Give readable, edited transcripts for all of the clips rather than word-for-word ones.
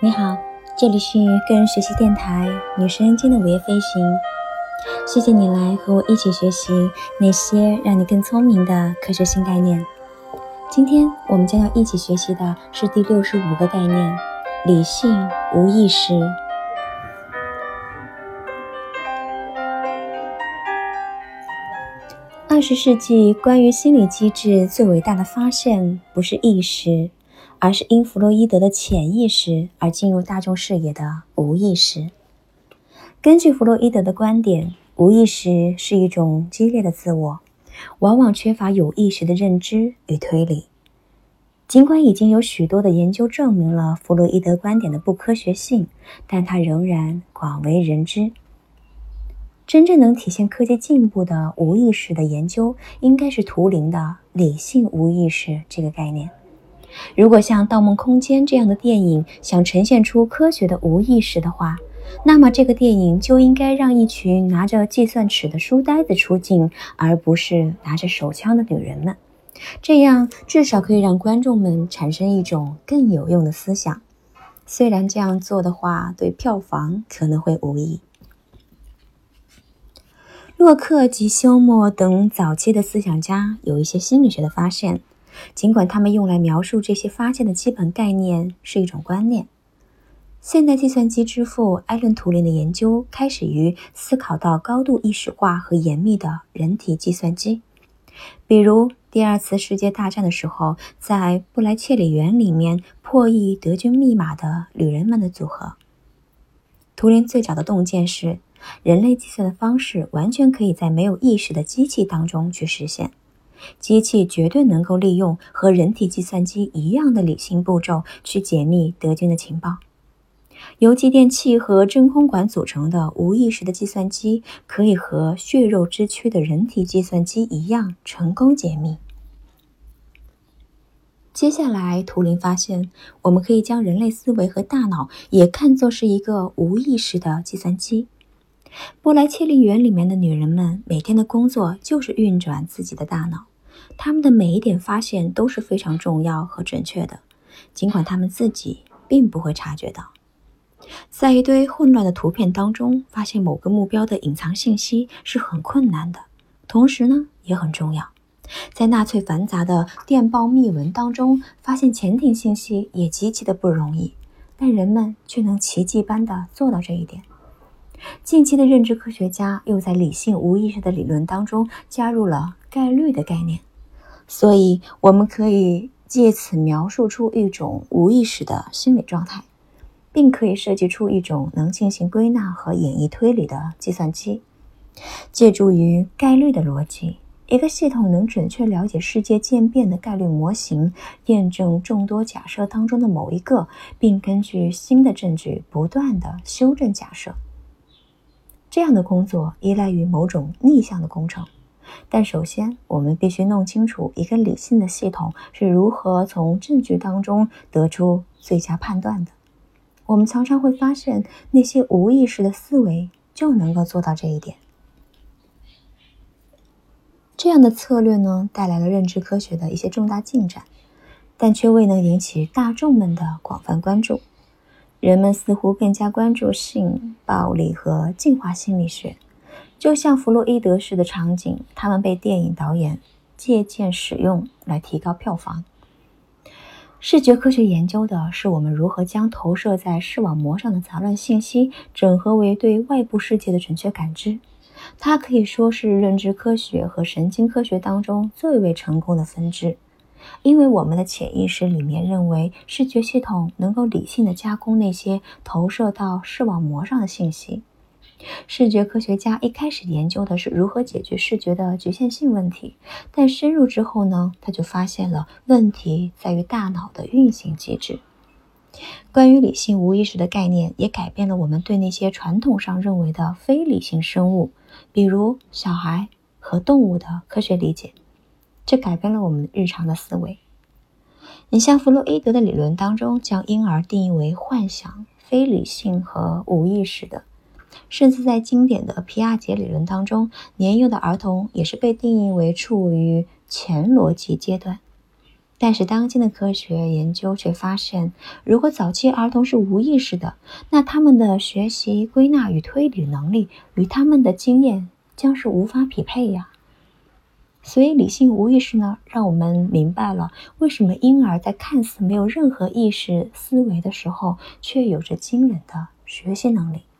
你好，这里是个人学习电台女生间的午夜飞行。谢谢你来和我一起学习那些让你更聪明的科学新概念。今天我们将要一起学习的是第65个概念：理性无意识。20世纪关于心理机制最伟大的发现，不是意识，而是因弗洛伊德的潜意识而进入大众视野的无意识。根据弗洛伊德的观点，无意识是一种激烈的自我，往往缺乏有意识的认知与推理。尽管已经有许多的研究证明了弗洛伊德观点的不科学性，但它仍然广为人知。真正能体现科技进步的无意识的研究，应该是图灵的理性无意识这个概念。如果像《盗梦空间》这样的电影想呈现出科学的无意识的话，那么这个电影就应该让一群拿着计算尺的书呆子出镜，而不是拿着手枪的女人们。这样至少可以让观众们产生一种更有用的思想，虽然这样做的话对票房可能会无益。洛克及休谟等早期的思想家有一些心理学的发现，尽管他们用来描述这些发现的基本概念是一种观念。现代计算机之父艾伦·图灵的研究开始于思考到高度意识化和严密的人体计算机，比如第二次世界大战的时候，在布莱切里园里面破译德军密码的旅人们的组合。图灵最早的洞见是，人类计算的方式完全可以在没有意识的机器当中去实现。机器绝对能够利用和人体计算机一样的理性步骤去解密德军的情报。由继电器和真空管组成的无意识的计算机，可以和血肉之躯的人体计算机一样成功解密。接下来，图灵发现，我们可以将人类思维和大脑也看作是一个无意识的计算机。布莱切利园里面的女人们每天的工作就是运转自己的大脑，她们的每一点发现都是非常重要和准确的，尽管她们自己并不会察觉到。在一堆混乱的图片当中，发现某个目标的隐藏信息是很困难的，同时呢也很重要。在纳粹繁杂的电报密文当中，发现潜艇信息也极其的不容易，但人们却能奇迹般的做到这一点。近期的认知科学家又在理性无意识的理论当中加入了概率的概念，所以我们可以借此描述出一种无意识的心理状态，并可以设计出一种能进行归纳和演绎推理的计算机。借助于概率的逻辑，一个系统能准确了解世界渐变的概率模型，验证众多假设当中的某一个，并根据新的证据不断地修正假设。这样的工作依赖于某种逆向的工程，但首先我们必须弄清楚一个理性的系统是如何从证据当中得出最佳判断的。我们常常会发现，那些无意识的思维就能够做到这一点。这样的策略呢，带来了认知科学的一些重大进展，但却未能引起大众们的广泛关注。人们似乎更加关注性、暴力和进化心理学，就像弗洛伊德式的场景，他们被电影导演借鉴使用来提高票房。视觉科学研究的是我们如何将投射在视网膜上的杂乱信息整合为对外部世界的准确感知。它可以说是认知科学和神经科学当中最为成功的分支，因为我们的潜意识里面认为视觉系统能够理性地加工那些投射到视网膜上的信息。视觉科学家一开始研究的是如何解决视觉的局限性问题，但深入之后呢，他就发现了问题在于大脑的运行机制。关于理性无意识的概念也改变了我们对那些传统上认为的非理性生物，比如小孩和动物的科学理解，这改变了我们日常的思维。你像弗洛伊德的理论当中将婴儿定义为幻想、非理性和无意识的，甚至在经典的皮亚杰理论当中，年幼的儿童也是被定义为处于前逻辑阶段。 但是当今的科学研究却发现，如果早期儿童是无意识的，那他们的学习、归纳与推理能力与他们的经验将是无法匹配呀。所以理性无意识呢，让我们明白了为什么婴儿在看似没有任何意识思维的时候，却有着惊人的学习能力。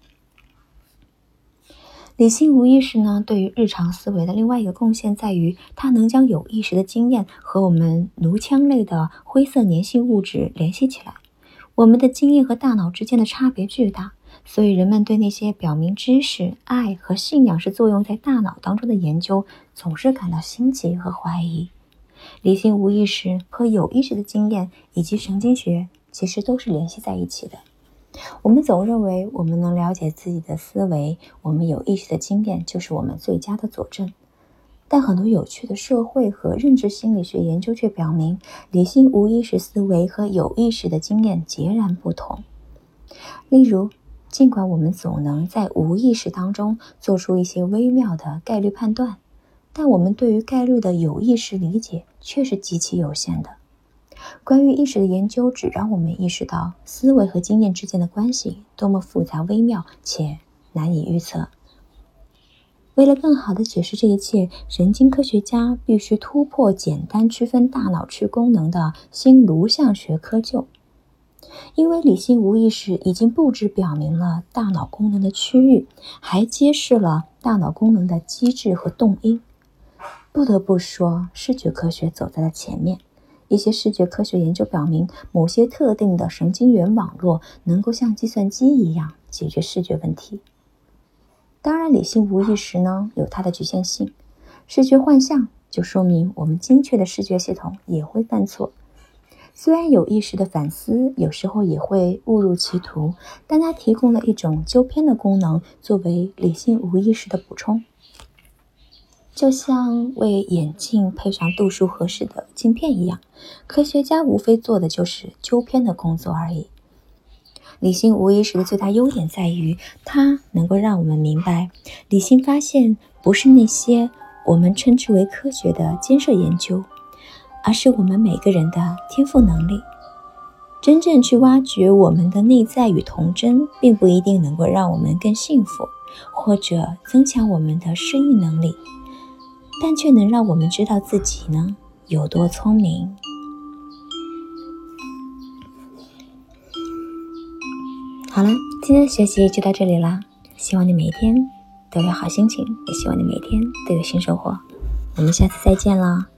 理性无意识呢，对于日常思维的另外一个贡献在于，它能将有意识的经验和我们颅腔内的灰色粘性物质联系起来。我们的经验和大脑之间的差别巨大，所以人们对那些表明知识、爱和信仰是作用在大脑当中的研究总是感到新奇和怀疑。理性无意识和有意识的经验以及神经学其实都是联系在一起的。我们总认为我们能了解自己的思维，我们有意识的经验就是我们最佳的佐证。但很多有趣的社会和认知心理学研究却表明，理性无意识思维和有意识的经验截然不同。例如，尽管我们总能在无意识当中做出一些微妙的概率判断，但我们对于概率的有意识理解却是极其有限的。关于意识的研究只让我们意识到思维和经验之间的关系多么复杂微妙且难以预测。为了更好地解释这一切，神经科学家必须突破简单区分大脑区功能的新颅相学窠臼。因为理性无意识已经不只表明了大脑功能的区域，还揭示了大脑功能的机制和动因。不得不说，视觉科学走在了前面。一些视觉科学研究表明，某些特定的神经元网络能够像计算机一样解决视觉问题。当然，理性无意识呢，有它的局限性。视觉幻象就说明我们精确的视觉系统也会犯错。虽然有意识的反思有时候也会误入歧途，但它提供了一种纠偏的功能，作为理性无意识的补充。就像为眼镜配上度数合适的镜片一样，科学家无非做的就是纠偏的工作而已。理性无意识的最大优点在于，它能够让我们明白，理性发现不是那些我们称之为科学的监设研究，而是我们每个人的天赋能力。真正去挖掘我们的内在与童真，并不一定能够让我们更幸福，或者增强我们的适应能力，但却能让我们知道自己呢有多聪明。好了，今天的学习就到这里啦，希望你每一天都有好心情，也希望你每天都有新收获。我们下次再见啦。